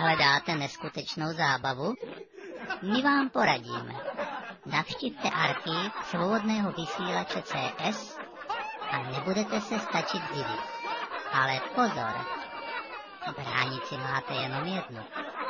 Hledáte neskutečnou zábavu? My vám poradíme. Navštivte archív svobodného vysílače CS a nebudete se stačit divit. Ale pozor, bránici máte jenom jednu.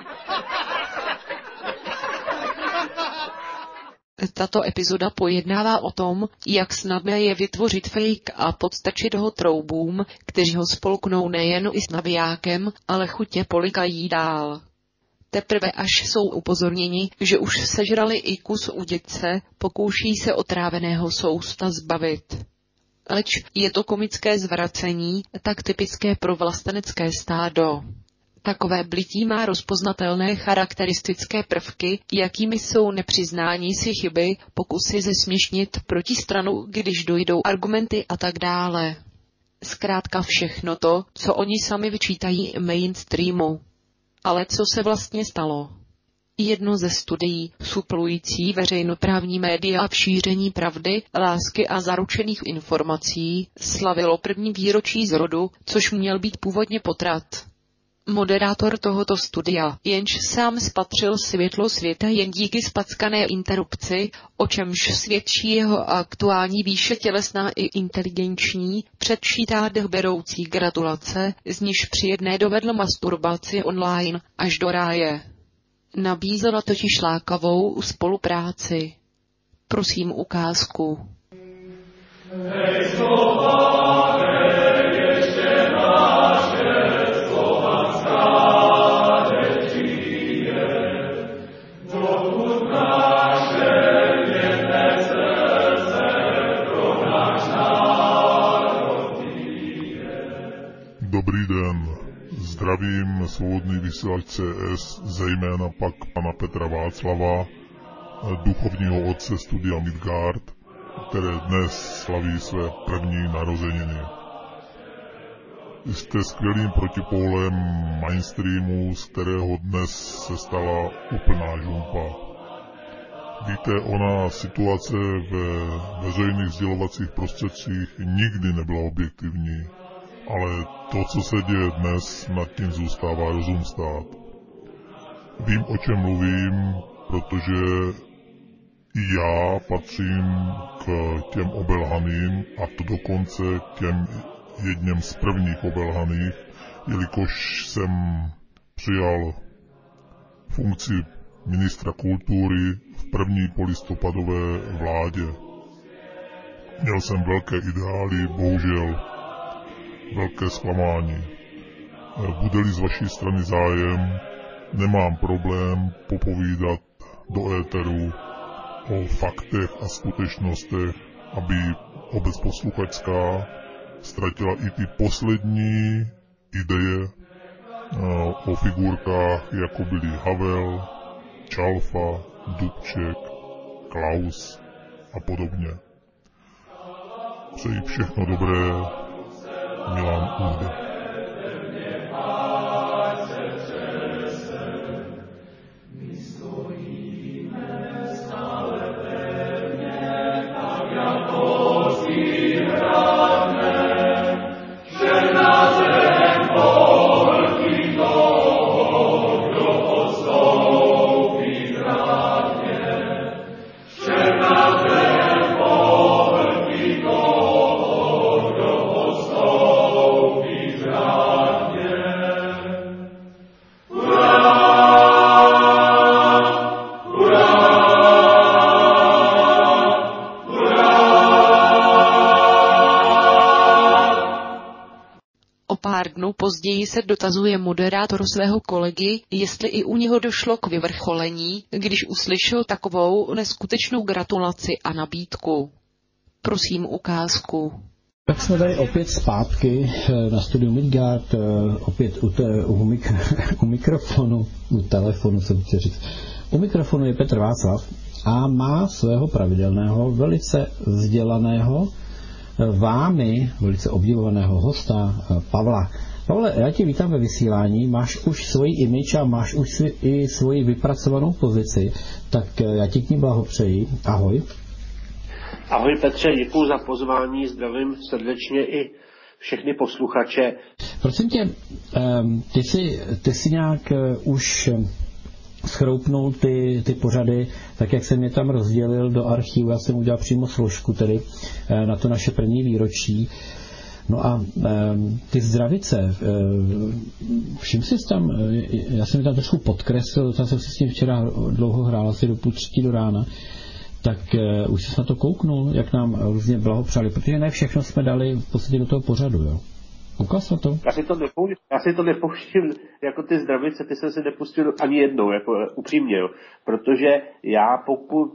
Tato epizoda pojednává o tom, jak snadné je vytvořit fake a podstrčit ho troubům, kteří ho spolknou nejen i s navijákem, ale chutně polikají dál. Teprve až jsou upozorněni, že už sežrali i kus u dětce, pokouší se otráveného sousta zbavit. Leč je to komické zvracení, tak typické pro vlastenecké stádo. Takové blití má rozpoznatelné charakteristické prvky, jakými jsou nepřiznání si chyby, pokusy zesměšnit protistranu, když dojdou argumenty a tak dále. Zkrátka všechno to, co oni sami vyčítají mainstreamu. Ale co se vlastně stalo? Jedno ze studií suplující veřejnoprávní média v šíření pravdy, lásky a zaručených informací slavilo první výročí zrodu, což měl být původně potrat. Moderátor tohoto studia, jenž sám spatřil světlo světa jen díky spackané interrupci, o čemž svědčí jeho aktuální výše tělesná i inteligenční, předčítá dechberoucí gratulace, z níž při jedné dovedl masturbaci online až do ráje. Nabízela totiž lákavou spolupráci. Prosím ukázku. Dobrý den, zdravím svobodný vysílač CS, zejména pak pana Petra Václava, duchovního otce studia Midgard, které dnes slaví své první narozeniny. Jste skvělým protipólem mainstreamu, z kterého dnes se stala úplná žumpa. Víte, ona situace ve veřejných sdělovacích prostředcích nikdy nebyla objektivní. Ale to, co se děje dnes, nad tím zůstává rozum stát. Vím, o čem mluvím, protože i já patřím k těm obelhaným, a to dokonce k těm jedním z prvních obelhaných, jelikož jsem přijal funkci ministra kultury v první polistopadové vládě. Měl jsem velké ideály, bohužel velké zklamání. Bude-li z vaší strany zájem, nemám problém popovídat do éteru o faktech a skutečnostech, aby obec posluchačská ztratila i ty poslední ideje o figurkách, jako byli Havel, Čalfa, Dubček, Klaus a podobně. Přeji všechno dobré, Milan Uhde. Později se dotazuje moderátor svého kolegy, jestli i u něho došlo k vyvrcholení, když uslyšel takovou neskutečnou gratulaci a nabídku. Prosím ukázku. Tak jsme tady opět zpátky na studiu Midgard, opět u mikrofonu, u telefonu jsem chtěl říct. U mikrofonu je Petr Václav a má svého pravidelného, velice vzdělaného, vámi velice obdivovaného hosta Pavla. Pavle, já tě vítám ve vysílání, máš už svoji image a máš už i svoji vypracovanou pozici, tak já ti k ní blahopřeji. Ahoj. Ahoj Petře, děkuju za pozvání, zdravím srdečně i všechny posluchače. Prosím tě, ty jsi nějak už schroupnul ty pořady, tak jak jsem je tam rozdělil do archivu, já jsem udělal přímo složku tedy na to naše první výročí. No a ty zdravice, všim jsi tam, já jsem je tam trošku podkreslil, jsem si s tím včera dlouho hrál, asi do 2:30 do rána, tak už jsi na to kouknul, jak nám různě blahopřáli, protože ne všechno jsme dali v podstatě do toho pořadu, jo? Koukal jsi na to? Já si to nepouštím, jako ty zdravice, ty jsem si nepustil ani jednou, jako upřímně, jo. Protože já pokud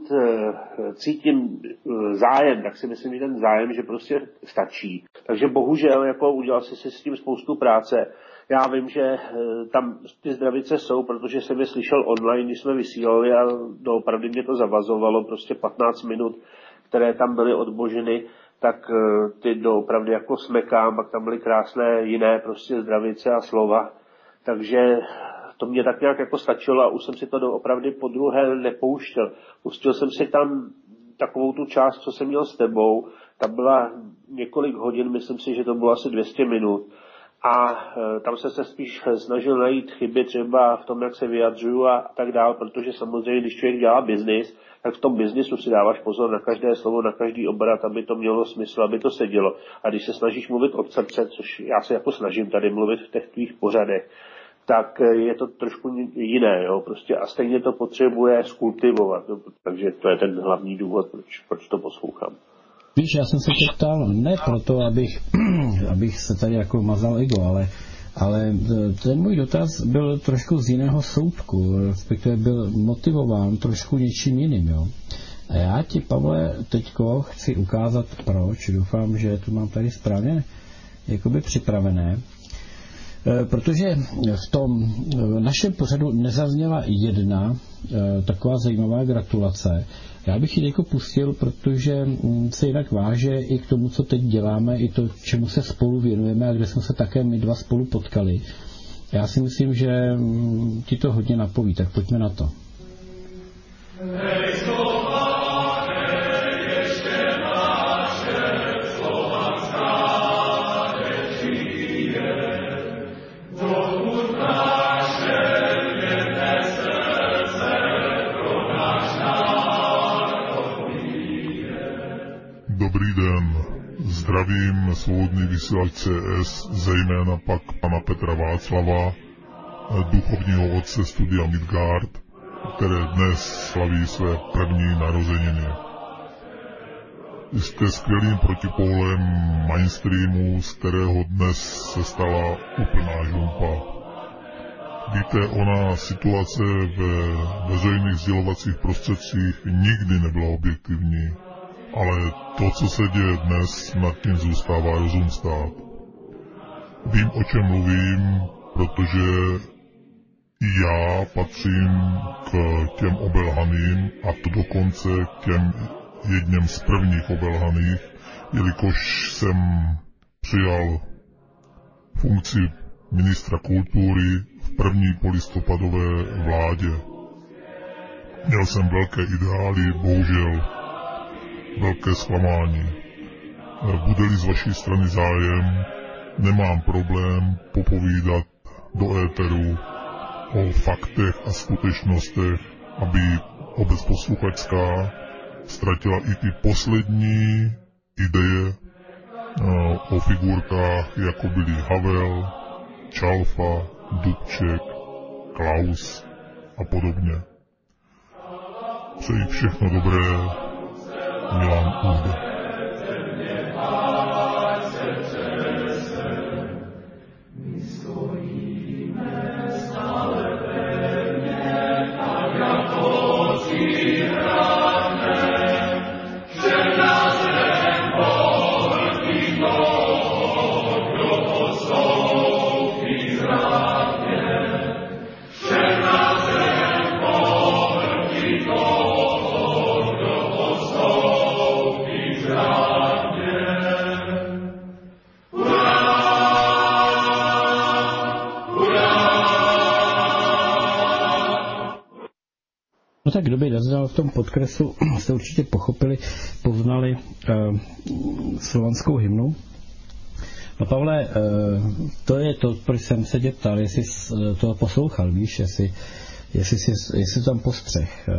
cítím zájem, tak si myslím, že ten zájem, že prostě stačí. Takže bohužel, jako udělal si s tím spoustu práce. Já vím, že tam ty zdravice jsou, protože jsem je slyšel online, když jsme vysílali a doopravdy mě to zavazovalo, prostě 15 minut, které tam byly odboženy, tak ty doopravdy jako smekám, pak tam byly krásné jiné prostě zdravice a slova. Takže to mě tak nějak jako stačilo a už jsem si to doopravdy podruhé nepouštěl. Pustil jsem si tam takovou tu část, co jsem měl s tebou, tam byla několik hodin, myslím si, že to bylo asi 200 minut. A tam jsem se spíš snažil najít chyby třeba v tom, jak se vyjadřuju a tak dál, protože samozřejmě, když člověk dělá biznis, tak v tom biznisu si dáváš pozor na každé slovo, na každý obrat, aby to mělo smysl, aby to sedělo. A když se snažíš mluvit od srdce, což já se jako snažím tady mluvit v těch tvých pořadech, tak je to trošku jiné, jo, prostě a stejně to potřebuje skultivovat, jo, takže to je ten hlavní důvod, proč to poslouchám. Víš, já jsem se tě ptal, ne proto, abych se tady jako mazal ego, ale ten můj dotaz byl trošku z jiného soudku, respektive byl motivován trošku něčím jiným, jo. A já ti, Pavle, teďko chci ukázat proč, doufám, že to mám tady správně jakoby připravené, protože v tom našem pořadu nezazněla jedna taková zajímavá gratulace. Já bych ji jako pustil, protože se jinak váže i k tomu, co teď děláme, i to, čemu se spolu věnujeme a kde jsme se také my dva spolu potkali. Já si myslím, že ti to hodně napoví, tak pojďme na to. Dobrý den, zdravím svobodný vysílač CS, zejména pak pana Petra Václava, duchovního otce studia Midgard, které dnes slaví své první narozeniny. Jste skvělým protipólem mainstreamu, z kterého dnes se stala úplná žumpa. Víte, ona situace ve veřejných sdělovacích prostředcích nikdy nebyla objektivní. Ale to, co se děje dnes, nad tím zůstává rozum stát. Vím, o čem mluvím, protože i já patřím k těm obelhaným, a to dokonce k těm jedním z prvních obelhaných, jelikož jsem přijal funkci ministra kultury v první polistopadové vládě. Měl jsem velké ideály, bohužel velké zklamání. Bude-li z vaší strany zájem, nemám problém popovídat do éteru o faktech a skutečnostech, aby obec posluchačská ztratila i ty poslední ideje o figurkách, jako byli Havel, Čalfa, Dubček, Klaus a podobně. Přeji všechno dobré, Milan Uhde. No tak kdo by neznal v tom podkresu, jste určitě pochopili, poznali slovanskou hymnu. No Pavle, to je to, proč jsem se tě ptal, jestli jsi to poslouchal, víš, jestli tam postřeh.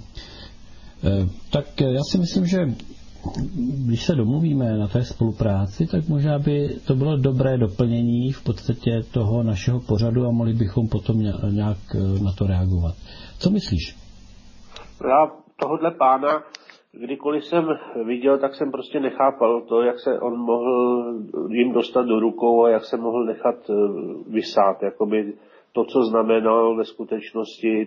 Tak já si myslím, že když se domluvíme na té spolupráci, tak možná by to bylo dobré doplnění v podstatě toho našeho pořadu a mohli bychom potom nějak na to reagovat. Co myslíš? Já tohohle pána, kdykoliv jsem viděl, tak jsem prostě nechápal to, jak se on mohl jim dostat do rukou a jak se mohl nechat vysát. Jakoby to, co znamenal ve skutečnosti,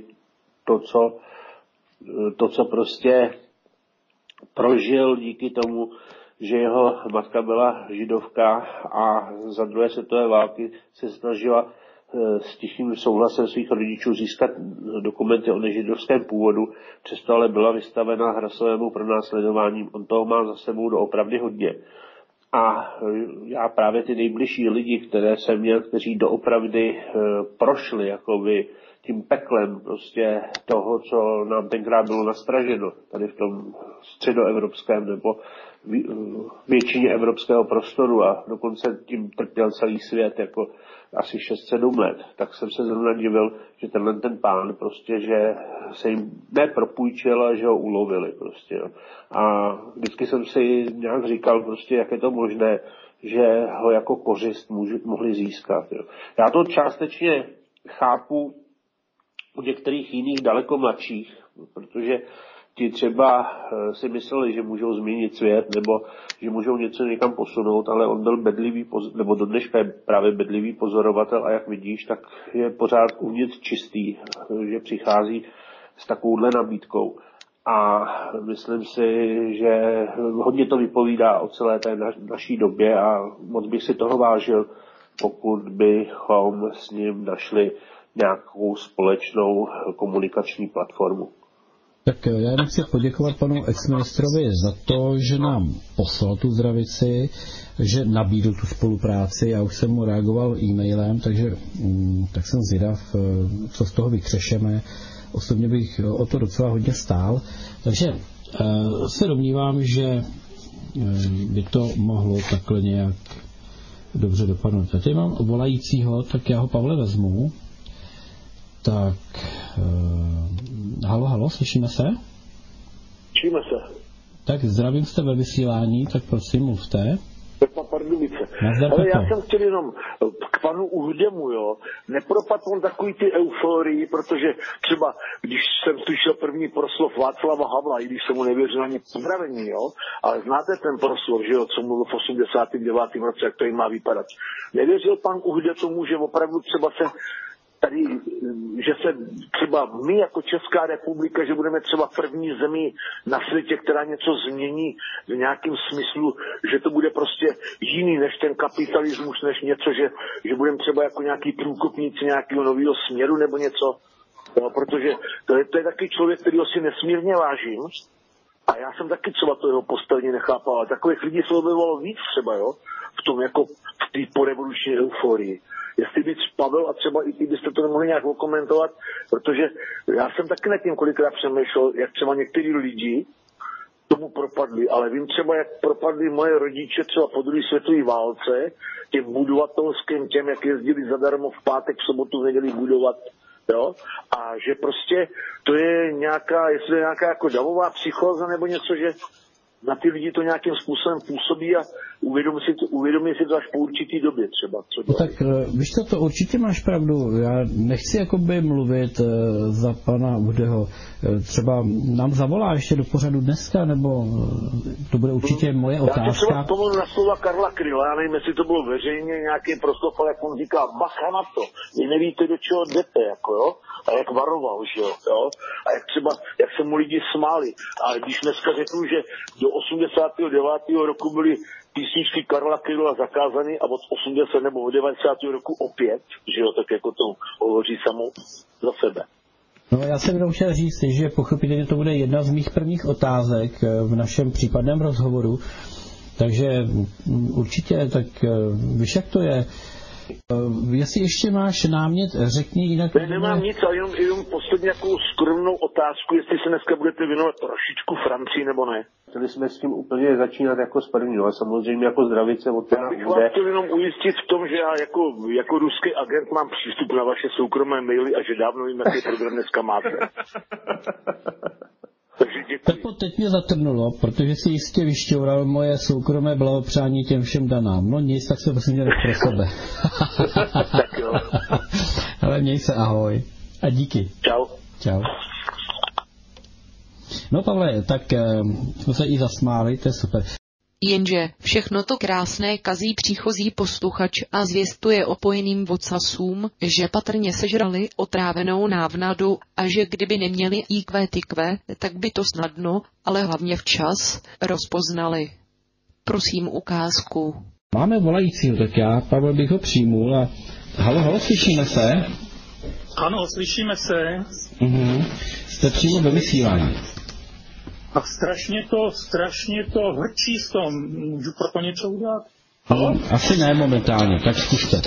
to, co prostě prožil díky tomu, že jeho matka byla židovka a za druhé světové války se snažila s tichým souhlasem svých rodičů získat dokumenty o nežidovském původu, přesto ale byla vystavena rasovému pronásledování. On toho má za sebou doopravdy hodně. A já právě ty nejbližší lidi, které jsem měl, kteří doopravdy prošli jakoby tím peklem prostě toho, co nám tenkrát bylo nastraženo tady v tom středoevropském nebo většině evropského prostoru a dokonce tím trpěl celý svět jako asi 6-7 let, tak jsem se zrovna divil, že ten pán prostě, že se jim nepropůjčil a že ho ulovili prostě. Jo. A vždycky jsem si nějak říkal prostě, jak je to možné, že ho jako kořist mohli získat. Jo. Já to částečně chápu u některých jiných daleko mladších, protože ti třeba si mysleli, že můžou změnit svět nebo že můžou něco někam posunout, ale on byl bedlivý, nebo do dneška je právě bedlivý pozorovatel a jak vidíš, tak je pořád uvnitř čistý, že přichází s takovouhle nabídkou. A myslím si, že hodně to vypovídá o celé té naší době a moc bych si toho vážil, pokud bychom s ním našli nějakou společnou komunikační platformu. Tak já jenom chci poděkovat panu exministrovi za to, že nám poslal tu zdravici, že nabídl tu spolupráci. Já už jsem mu reagoval e-mailem, takže tak jsem zvědav, co z toho vykřešeme. Osobně bych o to docela hodně stál. Takže se domnívám, že by to mohlo takhle nějak dobře dopadnout. Já tady mám volajícího, tak já ho, Pavle, vezmu. Tak, halo, slyšíme se? Slyšíme se. Tak zdravím, jste ve vysílání, tak prosím, mluvte. Pepa Pardubice. Ale já jsem chtěl jenom k panu Uhdemu, jo, nepropadl on takový ty euforii, protože třeba, když jsem slyšel první proslov Václava Havla, i když jsem mu nevěřil ani pozdravení, jo, ale znáte ten proslov, že jo, co mluvil v 89. roce, jak to jim má vypadat. Nevěřil pan Uhde tomu, že opravdu třeba se tady, že se třeba my jako Česká republika, že budeme třeba první zemí na světě, která něco změní v nějakém smyslu, že to bude prostě jiný než ten kapitalismus, než něco, že budeme třeba jako nějaký průkopníci nějakého nového směru nebo něco. Jo, protože to je taky člověk, kterýho si nesmírně vážím. A já jsem taky třeba to jeho postavení nechápal. Ale takových lidí se objevovalo víc třeba, jo, v tom jako v té porevoluční euforii. Jestli víc Pavel a třeba i byste to nemohli nějak okomentovat, protože já jsem taky nad tím kolikrát přemýšlel, jak třeba některý lidi tomu propadli, ale vím třeba, jak propadli moje rodiče třeba po druhé světové válce, těm budovatelským, těm, jak jezdili zadarmo v pátek, v sobotu, v neděli budovat, jo, a že prostě to je nějaká, jestli je nějaká jako davová psychóza nebo něco, že na ty lidi to nějakým způsobem působí a uvědomí si to až po určitý době třeba. No tak víš co, to určitě máš pravdu. Já nechci jakoby mluvit za pana Uhdeho. Třeba nám zavolá ještě do pořadu dneska, nebo to bude určitě moje otázka. Já si třeba vzpomenu na slova Karla Kryla, já nevím, jestli to bylo veřejně nějaký proslov, ale jak on říká, bacha na to, vy nevíte, do čeho jdete, jako jo. A jak varoval, že jo, a jak třeba, jak se mu lidi smáli. A když dneska řeknu, že do 89. roku byly písničky Karla Kryla zakázány a od 80 nebo od 90. roku opět, že jo, tak jako to hovoří samo za sebe. No já jsem jenom chtěl říct, že pochopitelně to bude jedna z mých prvních otázek v našem případném rozhovoru, takže určitě, tak víš, jak to je. Jestli ještě máš námět, řekni jinak. Nemám nic, ale jenom poslední nějakou skromnou otázku, jestli se dneska budete věnovat trošičku Francii nebo ne. chtěli jsme s tím úplně začínat jako z prvního, ale samozřejmě jako zdravice od Já bych vás chtěl jenom ujistit v tom, že já jako ruský agent mám přístup na vaše soukromé maily a že dávno vím, jaký program dneska máte. Takže děkuji. Pepo, teď mě zatrnulo, protože si jistě vyšťoural moje soukromé blahopřání těm všem danám. No nic, tak se prosím dělat pro sebe. Tak jo. Ale měj se, ahoj. A díky. Čau. Čau. No Pavle, tak jsme se i zasmáli, to je super. Jenže všechno to krásné kazí příchozí posluchač a zvěstuje opojeným vocasům, že patrně sežrali otrávenou návnadu a že kdyby neměli IQ tykve, tak by to snadno, ale hlavně včas rozpoznali. Prosím ukázku. Máme volajícího, tak já, Pavel, bych ho přijmul a... Halo, slyšíme se? Ano, slyšíme se. Jste přímo ve vysílání. A strašně to hrčí v tom. Můžu pro to něco udělat? No, asi ne momentálně, tak zkuste.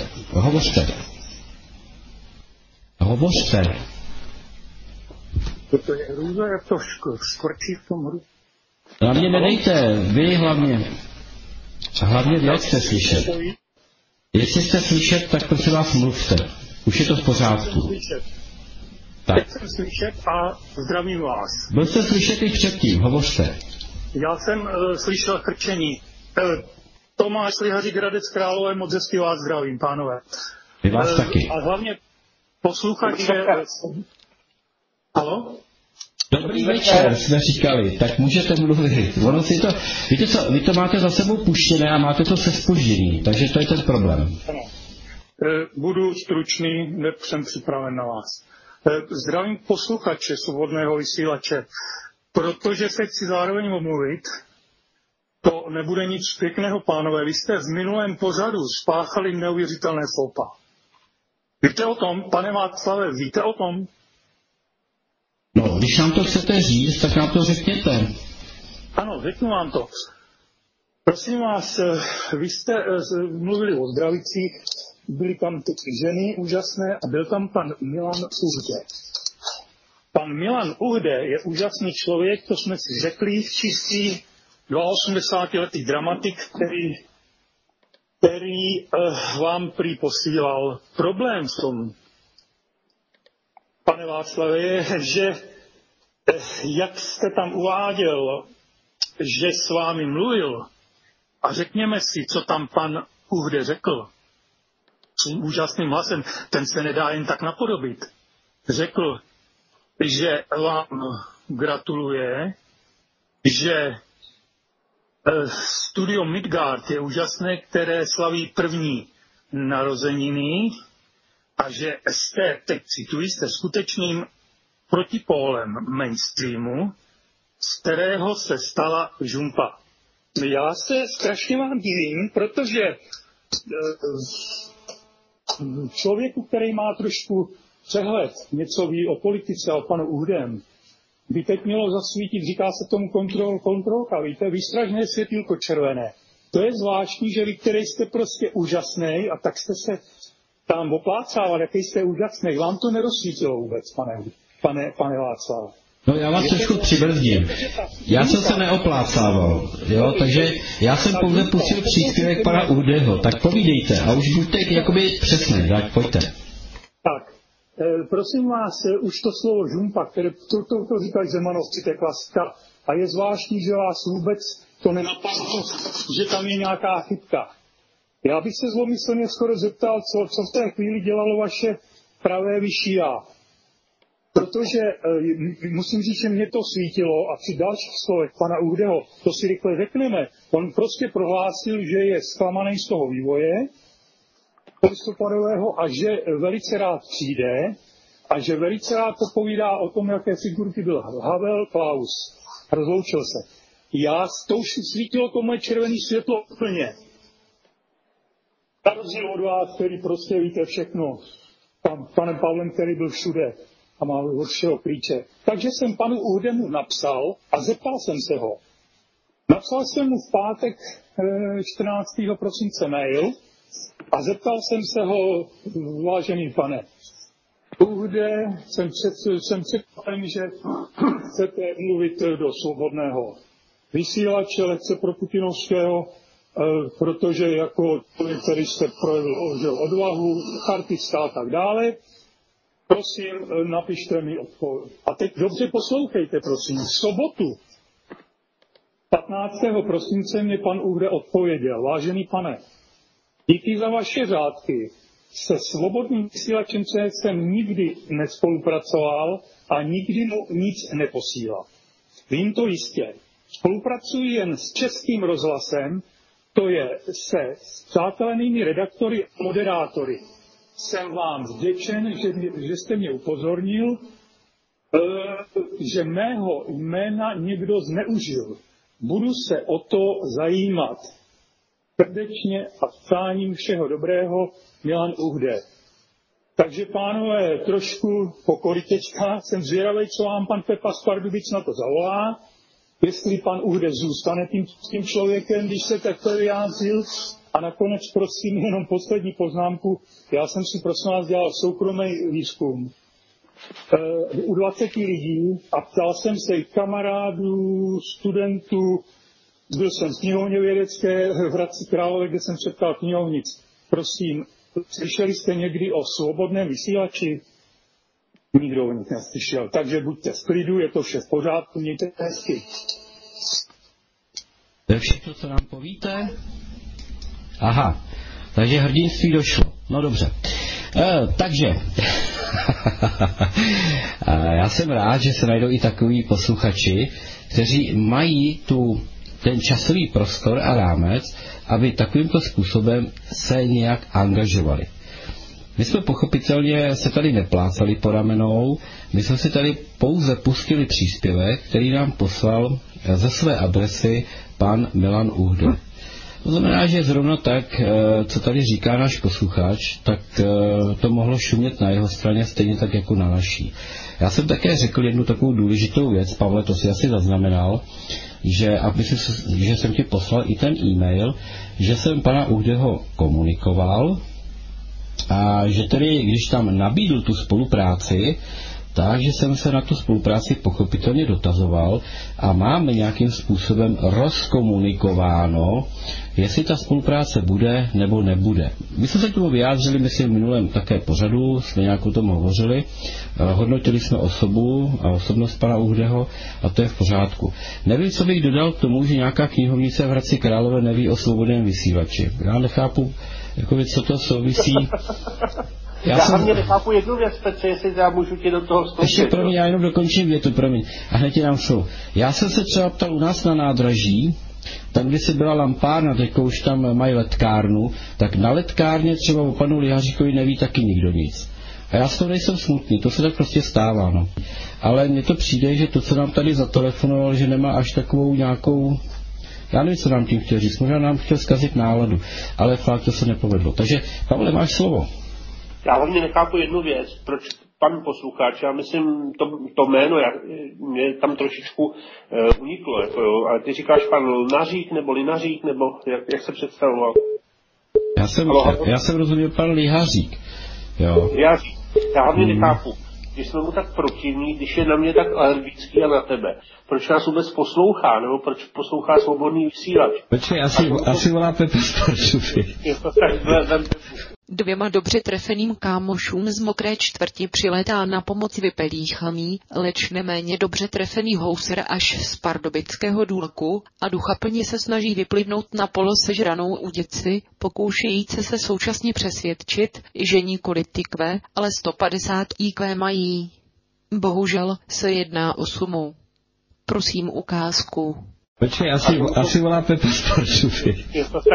Hovořte. To je hrůza, jak to škvrčí v tom hru. Hlavně nedejte, vy hlavně. Hlavně vy, jak jste slyšet. Jestli jste slyšet, tak prosím vás mluvte. Už je to v pořádku. Teď jsem slyšet a zdravím vás. Byl jste slyšet i předtím, hovořte. Já jsem slyšel chrčení. Tomáš Lihařík, Hradec Králové, moc hezky vás zdravím, pánové. Vy vás taky. A hlavně posluchače... Halo? Dobrý večer, jsme říkali, tak můžete mluvit. Ono si to, víte co, vy to máte za sebou puštěné a máte to se zpoždění, takže to je ten problém. Ano. Budu stručný, neb jsem připraven na vás. Zdravím posluchače Svobodného vysílače, protože se chci zároveň omluvit. To nebude nic pěkného, pánové. Vy jste v minulém pořadu spáchali neuvěřitelné faupa. Víte o tom, pane Václave, víte o tom? No, když nám to chcete říct, tak nám to řekněte. Ano, řeknu vám to. Prosím vás, vy jste mluvili o zdravicích, byly tam ty ženy úžasné a byl tam pan Milan Uhde. Pan Milan Uhde je úžasný člověk, to jsme si řekli, čistý 82-letý dramatik, který vám prý posílal. Problém v tom, pane Václave, je, že jak jste tam uváděl, že s vámi mluvil, a řekněme si, co tam pan Uhde řekl, svým úžasným hlasem, ten se nedá jen tak napodobit. Řekl, že vám gratuluje, že studio Midgard je úžasné, které slaví první narozeniny a že jste, teď cituji, jste skutečným protipólem mainstreamu, z kterého se stala žumpa. Já se strašně vám divím, protože člověku, který má trošku přehled, něco ví o politice a o panu Uhdem, by teď mělo zasvítit, říká se tomu kontrolka, víte, výstražné světýlko červené. To je zvláštní, že vy, který jste prostě úžasný a tak jste se tam oplácával, jaký jste úžasný, vám to nerozsvítilo vůbec, pane Václav. No já vás trošku přibrzdím. Já jsem se neoplácával, jo, takže já jsem pouze pustil příspěvek pana Uhdeho, tak povídejte a už buďte jakoby přesný, tak pojďte. Tak, prosím vás, už to slovo žumpa, které to říkají Zemanovci, to je klasika, a je zvláštní, že vás vůbec to nenapadlo, že tam je nějaká chybka. Já bych se zlomyslně skoro zeptal, co v té chvíli dělalo vaše pravé vyšší já. Protože musím říct, že mě to svítilo a při dalších slovech pana Uhdeho, to si rychle řekneme, on prostě prohlásil, že je zklamaný z toho vývoje listopadového a že velice rád přijde a že velice rád popovídá o tom, jaké figurky byl Havel, Klaus. Rozloučil se. To už svítilo to moje červené světlo úplně. Na rozdíl od vás, který prostě víte všechno, panem Pavlem, který byl všude a má od všeho klíče. Takže jsem panu Uhdemu napsal a zeptal jsem se ho. Napsal jsem mu v pátek 14. prosince mail a zeptal jsem se ho, vážený pane Uhde, jsem překvapen, že chcete mluvit do Svobodného vysílače lehce pro Putinovského, protože jako člověk, který se projevil odvahu, chartista a tak dále, prosím, napište mi odpověď. A teď dobře poslouchejte, prosím. V sobotu 15. prosince mě pan Uhde odpověděl. Vážený pane, díky za vaše řádky. Se Svobodným vysílačem jsem nikdy nespolupracoval a nikdy mu nic neposílal. Vím to jistě. Spolupracuji jen s Českým rozhlasem, to je se spřátelenými redaktory a moderátory. Jsem vám vděčen, že jste mě upozornil, že mého jména někdo zneužil. Budu se o to zajímat. Srdečně a s přáním všeho dobrého, Milan Uhde. Takže, pánové, trošku pokorytečka. Jsem zvědavý, co vám pan Pepa z Pardubic na to zavolá. Jestli pan Uhde zůstane tím člověkem, když se takhle vyjádřil. A nakonec, prosím, jenom poslední poznámku. Já jsem si, prosím vás, dělal soukromý výzkum u 20 lidí a ptal jsem se i kamarádů, studentů. Byl jsem v knihovně vědecké v Hradci Králové, kde jsem přeptal knihovnic. Prosím, slyšeli jste někdy o svobodném vysílači? Nikdo o nich neslyšel. Takže buďte v klidu, je to vše v pořádku, mějte hezky. To je všechno, co nám povíte? Aha, takže hrdinství došlo. No dobře. Takže, já jsem rád, že se najdou i takový posluchači, kteří mají ten časový prostor a rámec, aby takovýmto způsobem se nějak angažovali. My jsme pochopitelně se tady neplácali po ramenou, my jsme si tady pouze pustili příspěvek, který nám poslal ze své adresy pan Milan Uhde. To znamená, že zrovna tak, co tady říká náš posluchač, tak to mohlo šumět na jeho straně stejně tak jako na naší. Já jsem také řekl jednu takovou důležitou věc, Pavle, to si asi zaznamenal, že jsem ti poslal i ten e-mail, že jsem pana Uhdeho komunikoval a že tedy, když tam nabídl tu spolupráci, takže jsem se na tu spolupráci pochopitelně dotazoval a máme nějakým způsobem rozkomunikováno, jestli ta spolupráce bude nebo nebude. My jsme se k tomu vyjádřili, myslím, v minulém také pořadu, jsme nějak o tom hovořili, hodnotili jsme osobu a osobnost pana Uhdeho a to je v pořádku. Nevím, co bych dodal k tomu, že nějaká knihovnice v Hradci Králové neví o svobodném vysílači. Já nechápu, co to souvisí. Já hlavně nechápu jednu věc, Petře, jestli já můžu ti do toho vstoupit. Ještě promiň, já jenom dokončím větu, promiň. A hned ti dám slovo. Já jsem se třeba ptal u nás na nádraží, tam, kde se byla lampárna, teď už tam mají letkárnu, tak na letkárně třeba o panu Lihaříkovi neví taky nikdo nic. A já z toho nejsem smutný, to se tak prostě stává, no. Ale mně to přijde, že to, co nám tady zatelefonoval, že nemá až takovou nějakou... Já nevím, co nám tím chtěl říct, možná nám chtěl zkazit náladu, ale fakt to se nepovedlo. Takže, Pavle, máš slovo. Já hlavně nechápu jednu věc, proč pan posluchač, já myslím, to jméno mě tam trošičku uniklo, jako jo, ale ty říkáš pan Linařík nebo Linařík, nebo jak se představoval? Já jsem rozuměl pan Lihařík. Jo. Lihařík. Já hlavně nechápu, když jsme mu tak protivní, když je na mě tak alergický a na tebe. Proč nás vůbec poslouchá, nebo proč poslouchá Svobodný vysílač? Počkej, asi volá Pepa z Pardubic. Dvěma dobře trefeným kámošům z mokré čtvrti přilétá na pomoc vypelíchaný, leč neméně dobře trefený houser až z pardubického důlku a duchaplně se snaží vyplivnout na polosežranou udici, pokoušející se současně přesvědčit, že nikoli tykve, ale 150 IQ mají. Bohužel se jedná o sumu. Prosím ukázku. Počkej, asi volá Pepa z Pardubic.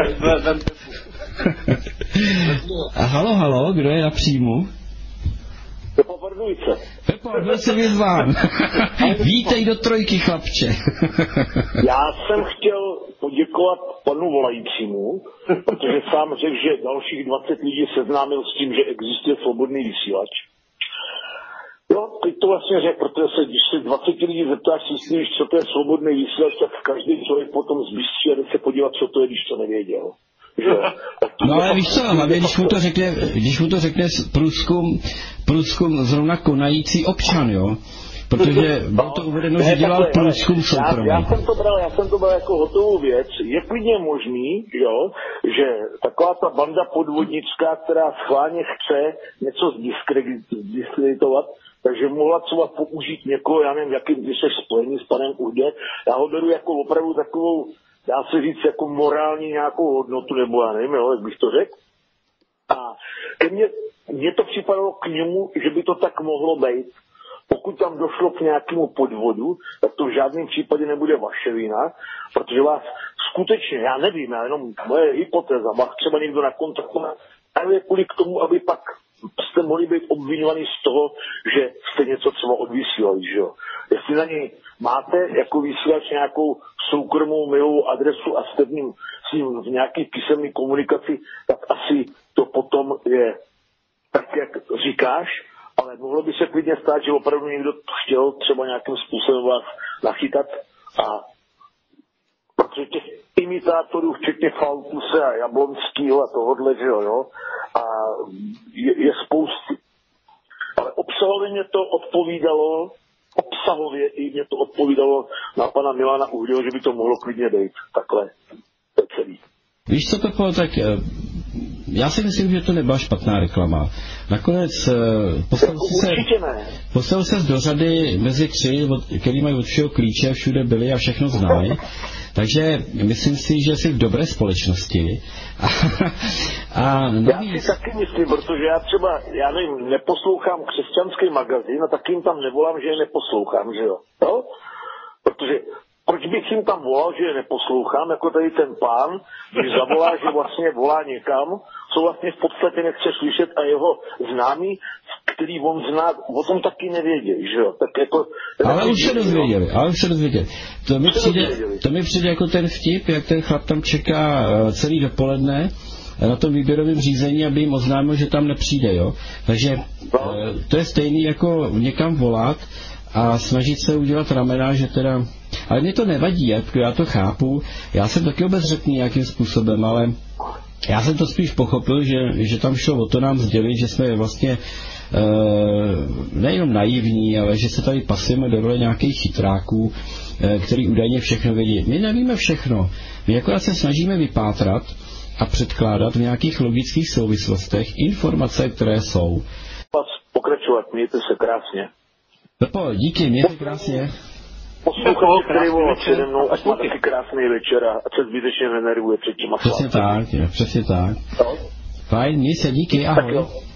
A halo, kdo je na příjmu? Pepa Pardubice. Pepa, byl jsi vyzván. Vítej do trojky, chlapče. Já jsem chtěl poděkovat panu volajícímu, protože sám řekl, že dalších 20 lidí seznámil s tím, že existuje svobodný vysílač. Jo, teď to vlastně řekl, protože když se 20 lidí zeptáš, si myslíš, co to je svobodný vysílač, tak každý člověk potom zbystří a jde se podívat, co to je, když to nevěděl. No ale víš co, hlavně když mu to řekne průzkum zrovna konající občan, jo, protože bylo to uvedeno, že dělal průzkum soukromý. Já jsem to bral jako hotovou věc. Je klidně možný, jo, že taková ta banda podvodnická, která schválně chce něco zdiskreditovat, takže mohla třeba použít někoho, já nevím, jakým když jsi spojený s panem Uhdě. Já ho beru jako opravdu takovou, dá se říct, jako morální nějakou hodnotu, nebo já nevím, jo, jak bych to řekl. A mně to připadalo k němu, že by to tak mohlo být. Pokud tam došlo k nějakému podvodu, tak to v žádném případě nebude vaše vina, protože vás skutečně, já nevím, já jenom moje hypotéza, vás třeba někdo nakontaktovat, ale kvůli k tomu, aby pak jste mohli být obvinovaní z toho, že jste něco třeba odvysílali, že jo. Jestli na něj máte jako vysílač nějakou soukromou mailovou adresu a jste s ním v nějaký písemný komunikaci, tak asi to potom je tak, jak říkáš, ale mohlo by se klidně stát, že opravdu někdo chtěl třeba nějakým způsobem vás nachytat a protože těch imitátorů, včetně Faltuse a Jablonskýho a tohodle, že jo, a je spousty. Ale obsahově mě to odpovídalo na pana Milana Uhdyho, že by to mohlo klidně být. Takhle. To je celý. Víš co, Pepo, tak já si myslím, že to nebyla špatná reklama. Nakonec postavil se do řady mezi 3, který mají od všeho klíče, všude byli a všechno znají. Takže myslím si, že jsi v dobré společnosti. A já si taky myslím, protože já nevím, neposlouchám křesťanský magazín a taky jim tam nevolám, že je neposlouchám, že jo? No? Protože proč bych jim tam volal, že je neposlouchám, jako tady ten pán, když zavolá, že vlastně volá někam, co vlastně v podstatě nechce slyšet a jeho známí, který on zná, o tom taky nevěděli, že jo? Tak jako, ale už se dozvěděli. To mi přijde jako ten vtip, jak ten chlap tam čeká celý dopoledne na tom výběrovém řízení, aby jim oznámil, že tam nepřijde, jo? Takže to je stejný jako někam volat a snažit se udělat ramena, že teda... Ale mě to nevadí, já to chápu, já jsem taky obezřetný nějakým způsobem, ale já jsem to spíš pochopil, že tam šlo o to nám sdělit, že jsme vlastně nejenom naivní, ale že se tady pasujeme do role nějakých chytráků, který údajně všechno vědí. My nevíme všechno, my akorát se snažíme vypátrat a předkládat v nějakých logických souvislostech informace, které jsou. Pokračovat, mějte se krásně. Pepo, díky, mějte krásně. Poslouchám, který volal přede mnou, ať má taky krásný večer a se zbytečně nenervuje před těma svátky. Přesně tak. Fajn, měj se, díky, ahoj.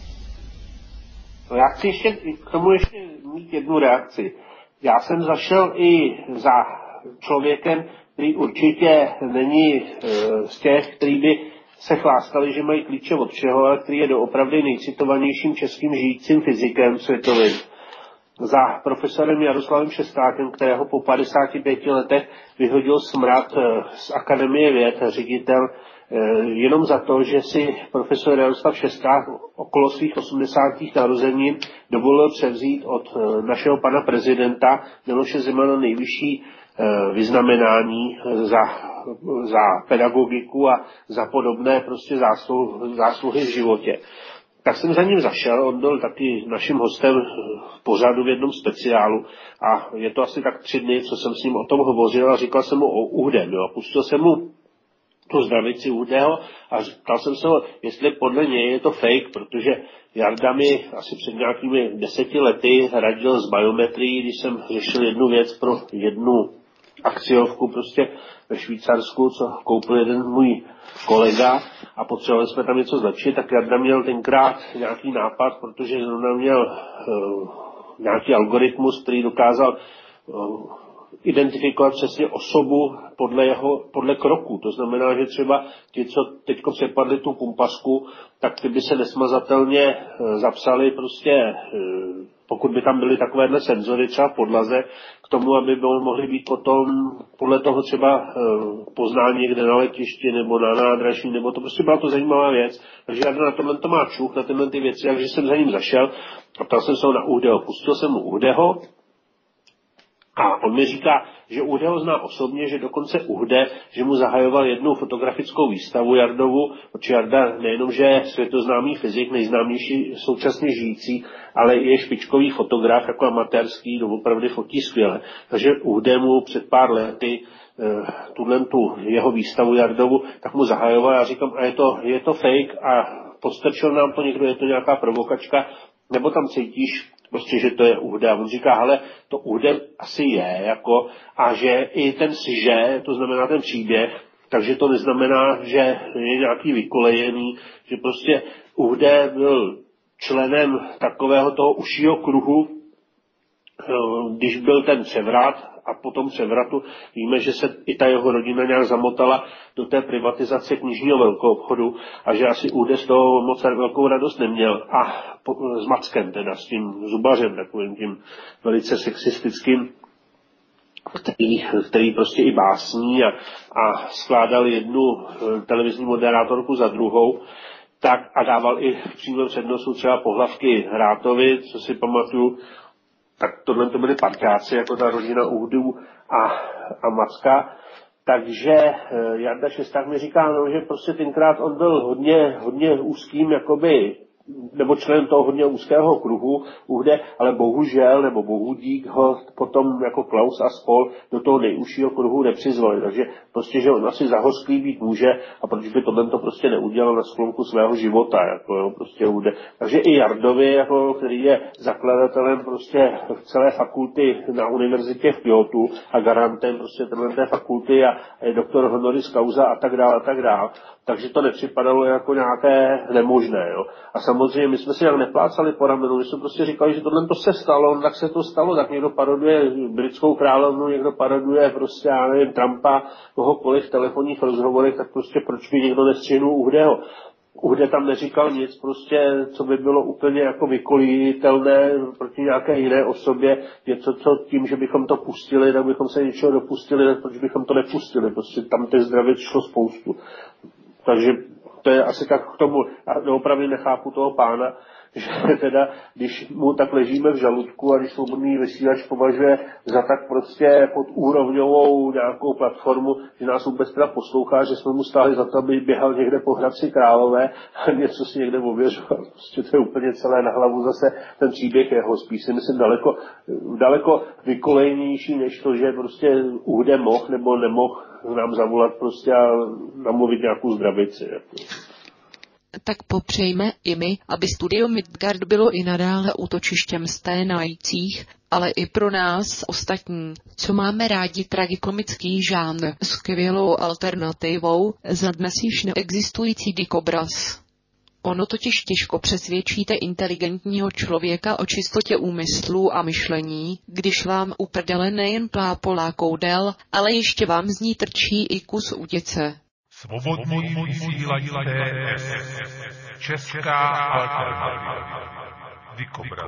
No, já chci k tomu ještě mít jednu reakci. Já jsem zašel i za člověkem, který určitě není z těch, který by se chlástali, že mají klíče od všeho, ale který je doopravdy nejcitovanějším českým žijícím fyzikem světovým. Za profesorem Jaroslavem Šestákem, kterého po 55 letech vyhodil smrad z Akademie věd, ředitel, jenom za to, že si profesor Jaroslav Šesták okolo svých 80. narozenin dovolil převzít od našeho pana prezidenta Miloše Zemana nejvyšší vyznamenání za pedagogiku a za podobné prostě zásluhy v životě. Tak jsem za ním zašel, on byl taky naším hostem v pořadu v jednom speciálu a je to asi tak 3 dny, co jsem s ním o tom hovořil a říkal jsem mu o Uhdém, jo, a pustil jsem mu tu zdravici Uhdého a ptal jsem se ho, jestli podle něj je to fake, protože Jarda mi asi před nějakými 10 lety radil z biometrií, když jsem řešil jednu věc pro jednu akciovku prostě ve Švýcarsku, co koupil jeden můj kolega a potřebovali jsme tam něco zlepšit, tak Jarda měl tenkrát nějaký nápad, protože zrovna měl nějaký algoritmus, který dokázal identifikovat přesně osobu podle kroku. To znamená, že třeba ti, co teďko přepadli tu pumpasku, tak ty by se nesmazatelně zapsali prostě, pokud by tam byly takovéhle senzory třeba v podlaze, k tomu, aby mohly být potom podle toho třeba poznání někde na letišti nebo na nádraží, nebo to prostě byla to zajímavá věc. Takže já na tohle to má čuch, na tyhle ty věci, takže jsem za ním zašel a ptal jsem se ho na Uhdého. Pustil jsem mu Uhdého A on mi říká, že Uhde ho zná osobně, že dokonce Uhde, že mu zahajoval jednu fotografickou výstavu Jardovu, protože Jarda nejenom, že je světoznámý fyzik, nejznámější současně žijící, ale je špičkový fotograf, jako amatérský, doopravdy fotí skvěle. Takže Uhde mu před pár lety tu jeho výstavu Jardovu, tak mu zahajoval, já říkám, a je to fake a podstrčil nám to někdo, je to nějaká provokačka, nebo tam cítíš prostě, že to je Uhde. A on říká, hele, to Uhde asi je, jako, a že i ten siže, to znamená ten příběh, takže to neznamená, že je nějaký vykolejený, že prostě Uhde byl členem takového toho užšího kruhu, když byl ten převrat, a po tom převratu víme, že se i ta jeho rodina nějak zamotala do té privatizace knižního velkoobchodu a že asi Uhde z toho moc velkou radost neměl. A s Mackem teda, s tím zubařem, takovým tím velice sexistickým, který prostě i básní a skládal jednu televizní moderátorku za druhou, tak a dával i v přímém přednosu třeba pohlavky Hrátovi, co si pamatuju, tak tohle to byli parťáci, jako ta rodina Uhdů a Macka. Takže Jarda Šesták mi říká, no, že prostě tenkrát on byl hodně úzkým, jakoby, nebo člen toho hodně úzkého kruhu Uhde, ale bohužel, nebo bohudík ho potom jako Klaus a spol do toho nejúžšího kruhu nepřizvali. Takže prostě, že on asi zahořklý být může a proč by to prostě neudělal na sklonku svého života, jako jo, prostě Uhde. Takže i Jardovi, jako, který je zakladatelem prostě celé fakulty na univerzitě v Kyotu a garantem prostě té fakulty a je doktor honoris causa a tak dále. Takže to nepřipadalo jako nějaké nemožné, jo. A samozřejmě my jsme si jak neplácali po ramenu, my jsme prostě říkali, že tohle to se stalo, tak se to stalo, tak někdo paroduje britskou královnu, někdo paroduje prostě, já nevím, Trumpa, kohokoliv v telefonních rozhovorech, tak prostě proč by někdo nestřihnul Uhdeho. Uhde tam neříkal nic, prostě, co by bylo úplně jako vykolitelné proti nějaké jiné osobě, něco, co tím, že bychom to pustili, tak bychom se něčeho dopustili, tak proč bychom to nepustili, prostě tam těch zdravěc šlo spoustu. Takže to je asi tak k tomu, a opravdu nechápu toho pána, že teda, když mu tak ležíme v žaludku a když svobodný vysílač považuje za tak prostě podúrovňovou nějakou platformu, že nás vůbec teda poslouchá, že jsme mu stáli za to, aby běhal někde po Hradci Králové a něco si někde ověřoval. Prostě to je úplně celé na hlavu zase ten příběh jeho, spíš si myslím daleko vykolejnější, než to, že prostě Uhde mohl nebo nemohl nám zavolat prostě a namluvit nějakou zdravici. Tak popřejme i my, aby studio Midgard bylo i nadále útočištěm sténajících, ale i pro nás ostatní, co máme rádi tragikomický žánr, skvělou alternativou za dnes již neexistující dikobraz. Ono totiž těžko přesvědčíte inteligentního člověka o čistotě úmyslů a myšlení, když vám u prdele nejen plápolá koudel, ale ještě vám z ní trčí i kus udice. Svobodný vysílač TS, česká alternativa, dikobraz.